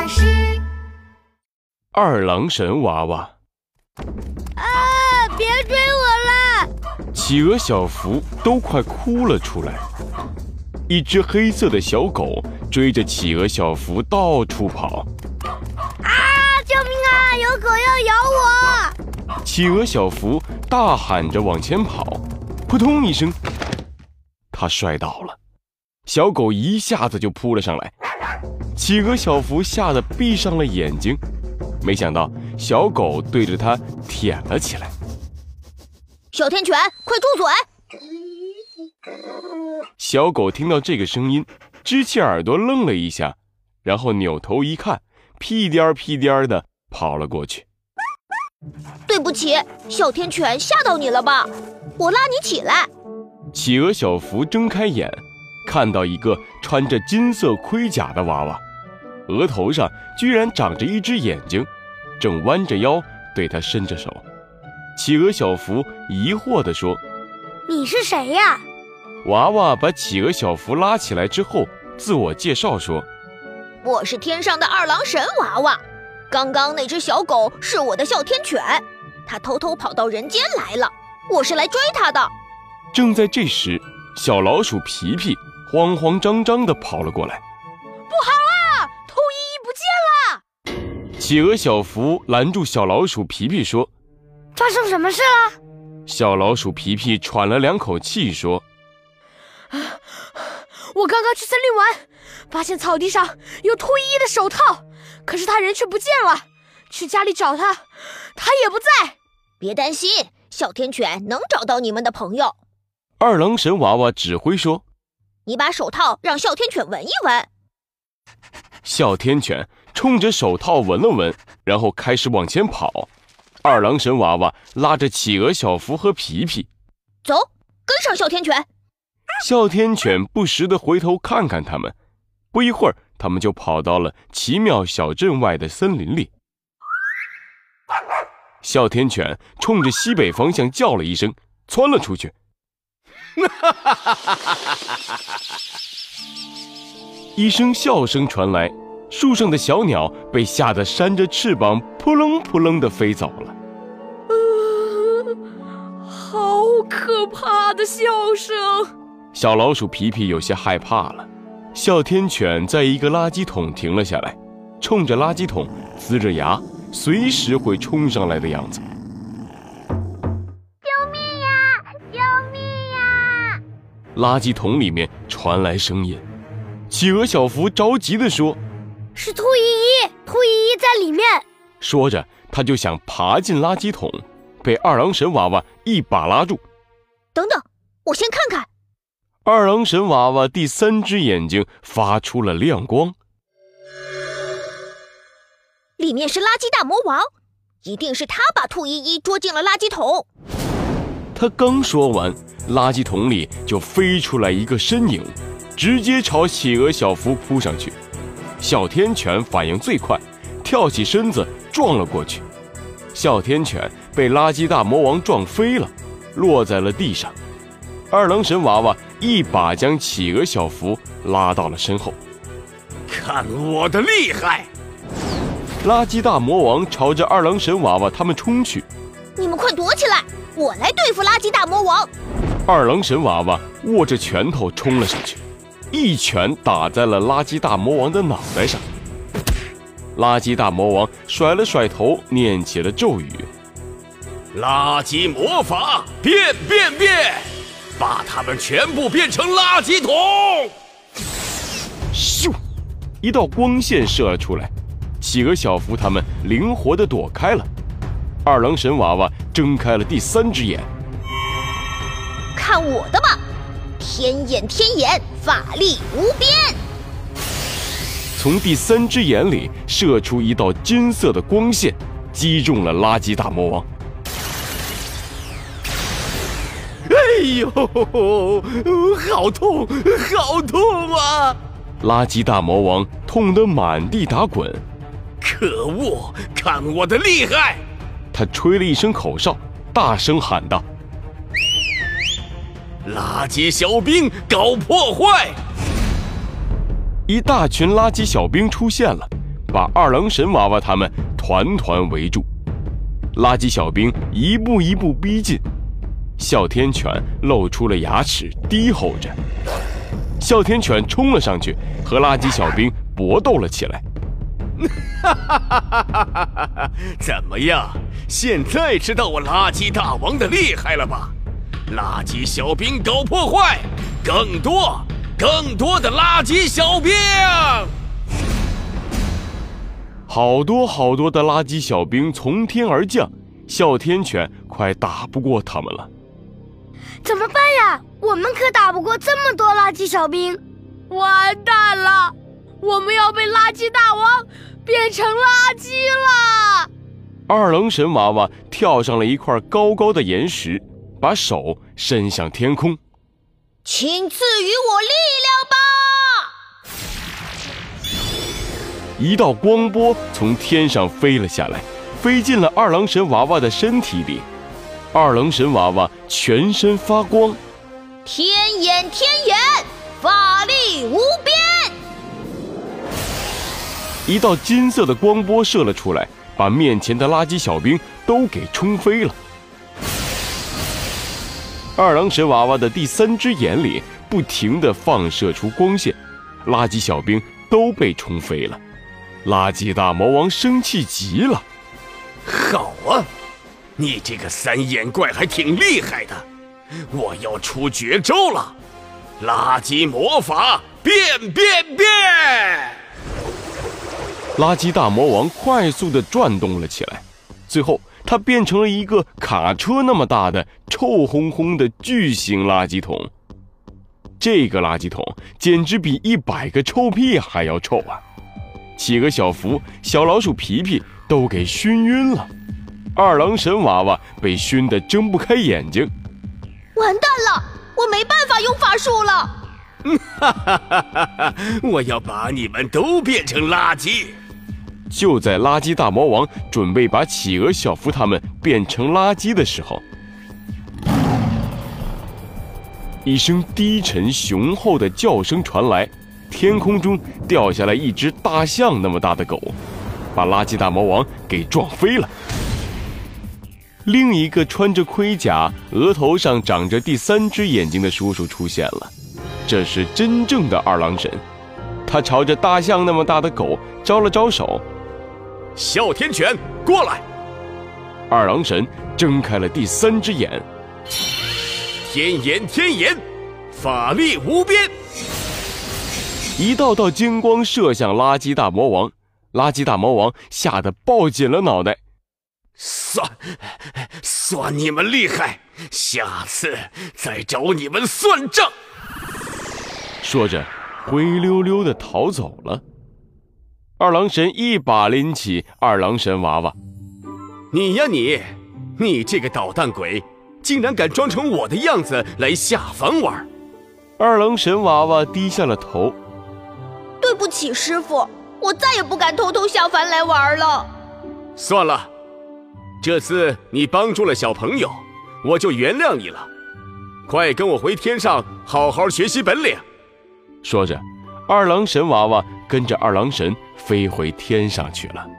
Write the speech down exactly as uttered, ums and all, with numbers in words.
事。 二郎神娃娃。 啊！别追我了！ 企鹅小福都快哭了出来。一只黑色的小狗追着企鹅小福到处跑。 啊！救命啊！有狗要咬我！ 企鹅小福大喊着往前跑，扑通一声，他摔倒了。小狗一下子就扑了上来，企鹅小福吓得闭上了眼睛，没想到小狗对着它舔了起来。 小天犬，快住嘴！ 小狗听到这个声音，支起耳朵愣了一下，然后扭头一看，屁颠儿屁颠儿的跑了过去。 对不起，小天犬，吓到你了吧？我拉你起来。 企鹅小福睁开眼，看到一个穿着金色盔甲的娃娃，额头上居然长着一只眼睛，正弯着腰对他伸着手。企鹅小福疑惑地说： 你是谁呀？ 娃娃把企鹅小福拉起来之后，自我介绍说： 我是天上的二郎神娃娃，刚刚那只小狗是我的哮天犬，它偷偷跑到人间来了，我是来追它的。 正在这时，小老鼠皮皮慌慌张张地跑了过来。 不好啊，兔依依不见了！ 企鹅小福拦住小老鼠皮皮说： 发生什么事了？ 小老鼠皮皮喘了两口气说： 我刚刚去森林玩，发现草地上有兔依依的手套，可是他人却不见了，去家里找他，他也不在。 别担心，哮天犬能找到你们的朋友。 二郎神娃娃指挥说： 你把手套让哮天犬闻一闻。 哮天犬冲着手套闻了闻，然后开始往前跑。二郎神娃娃拉着企鹅小福和皮皮走，跟上哮天犬。 哮天犬不时地回头看看他们，不一会儿他们就跑到了奇妙小镇外的森林里。哮天犬冲着西北方向叫了一声，窜了出去。一声笑声传来，树上的小鸟被吓得扇着翅膀扑棱扑棱地飞走了。 呃、好可怕的笑声！ 小老鼠皮皮有些害怕了。哮天犬在一个垃圾桶停了下来，冲着垃圾桶呲着牙，随时会冲上来的样子。 救命呀！救命呀！ 垃圾桶里面传来声音，企鹅小福着急地说： 是兔依依，兔依依在里面。 说着他就想爬进垃圾桶，被二郎神娃娃一把拉住。 等等，我先看看。 二郎神娃娃第三只眼睛发出了亮光， 里面是垃圾大魔王，一定是他把兔依依捉进了垃圾桶。 他刚说完，垃圾桶里就飞出来一个身影，直接朝企鹅小福扑上去。哮天犬反应最快，跳起身子撞了过去。哮天犬被垃圾大魔王撞飞了，落在了地上。二郎神娃娃一把将企鹅小福拉到了身后。 看我的厉害！ 垃圾大魔王朝着二郎神娃娃他们冲去。 你们快躲起来，我来对付垃圾大魔王。 二郎神娃娃握着拳头冲了上去，一拳打在了垃圾大魔王的脑袋上。垃圾大魔王甩了甩头，念起了咒语： 垃圾魔法变变变，把它们全部变成垃圾桶！ 咻，一道光线射出来，企鹅小福他们灵活地躲开了。二郎神娃娃睁开了第三只眼。 看我的吧，天眼天眼，法力无边！ 从第三只眼里射出一道金色的光线，击中了垃圾大魔王。 哎呦，好痛，好痛啊！ 垃圾大魔王痛得满地打滚。 可恶，看我的厉害！ 他吹了一声口哨，大声喊道： 垃圾小兵搞破坏！ 一大群垃圾小兵出现了， 把二郎神娃娃他们团团围住。垃圾小兵一步一步逼近，哮天犬露出了牙齿，低吼着。哮天犬冲了上去，和垃圾小兵搏斗了起来。 哈哈哈哈哈哈！怎么样？现在知道我垃圾大王的厉害了吧？垃圾小兵搞破坏，更多、更多的垃圾小兵！ 好多好多的垃圾小兵从天而降，哮天犬快打不过他们了。 怎么办呀？我们可打不过这么多垃圾小兵，完蛋了！我们要被垃圾大王变成垃圾了！ 二郎神娃娃跳上了一块高高的岩石，把手伸向天空， 请赐予我力量吧！ 一道光波从天上飞了下来，飞进了二郎神娃娃的身体里。二郎神娃娃全身发光， 天眼天眼，法力无边。 一道金色的光波射了出来，把面前的垃圾小兵都给冲飞了。二郎神娃娃的第三只眼里不停地放射出光线，垃圾小兵都被冲飞了。垃圾大魔王生气极了： 好啊，你这个三眼怪还挺厉害的，我要出绝招了！垃圾魔法变变变！ 垃圾大魔王快速地转动了起来，最后他变成了一个卡车那么大的臭烘烘的巨型垃圾桶。这个垃圾桶简直比一百个臭屁还要臭啊！企鹅小福、小老鼠皮皮都给熏晕了，二郎神娃娃被熏得睁不开眼睛。 完蛋了，我没办法用法术了！ 哈哈哈哈哈！我要把你们都变成垃圾！ 就在垃圾大魔王准备把企鹅小福他们变成垃圾的时候，一声低沉雄厚的叫声传来，天空中掉下来一只大象那么大的狗，把垃圾大魔王给撞飞了。另一个穿着盔甲、额头上长着第三只眼睛的叔叔出现了，这是真正的二郎神。他朝着大象那么大的狗招了招手： 哮天犬，过来！ 二郎神睁开了第三只眼， 天眼天眼，法力无边！ 一道道金光射向垃圾大魔王，垃圾大魔王吓得抱紧了脑袋。 算算你们厉害，下次再找你们算账。 说着灰溜溜地逃走了。二郎神一把拎起二郎神娃娃： 你呀你，你这个捣蛋鬼，竟然敢装成我的样子来下凡玩！ 二郎神娃娃低下了头： 对不起师傅，我再也不敢偷偷下凡来玩了。 算了，这次你帮助了小朋友，我就原谅你了。快跟我回天上好好学习本领。 说着，二郎神娃娃跟着二郎神飞回天上去了。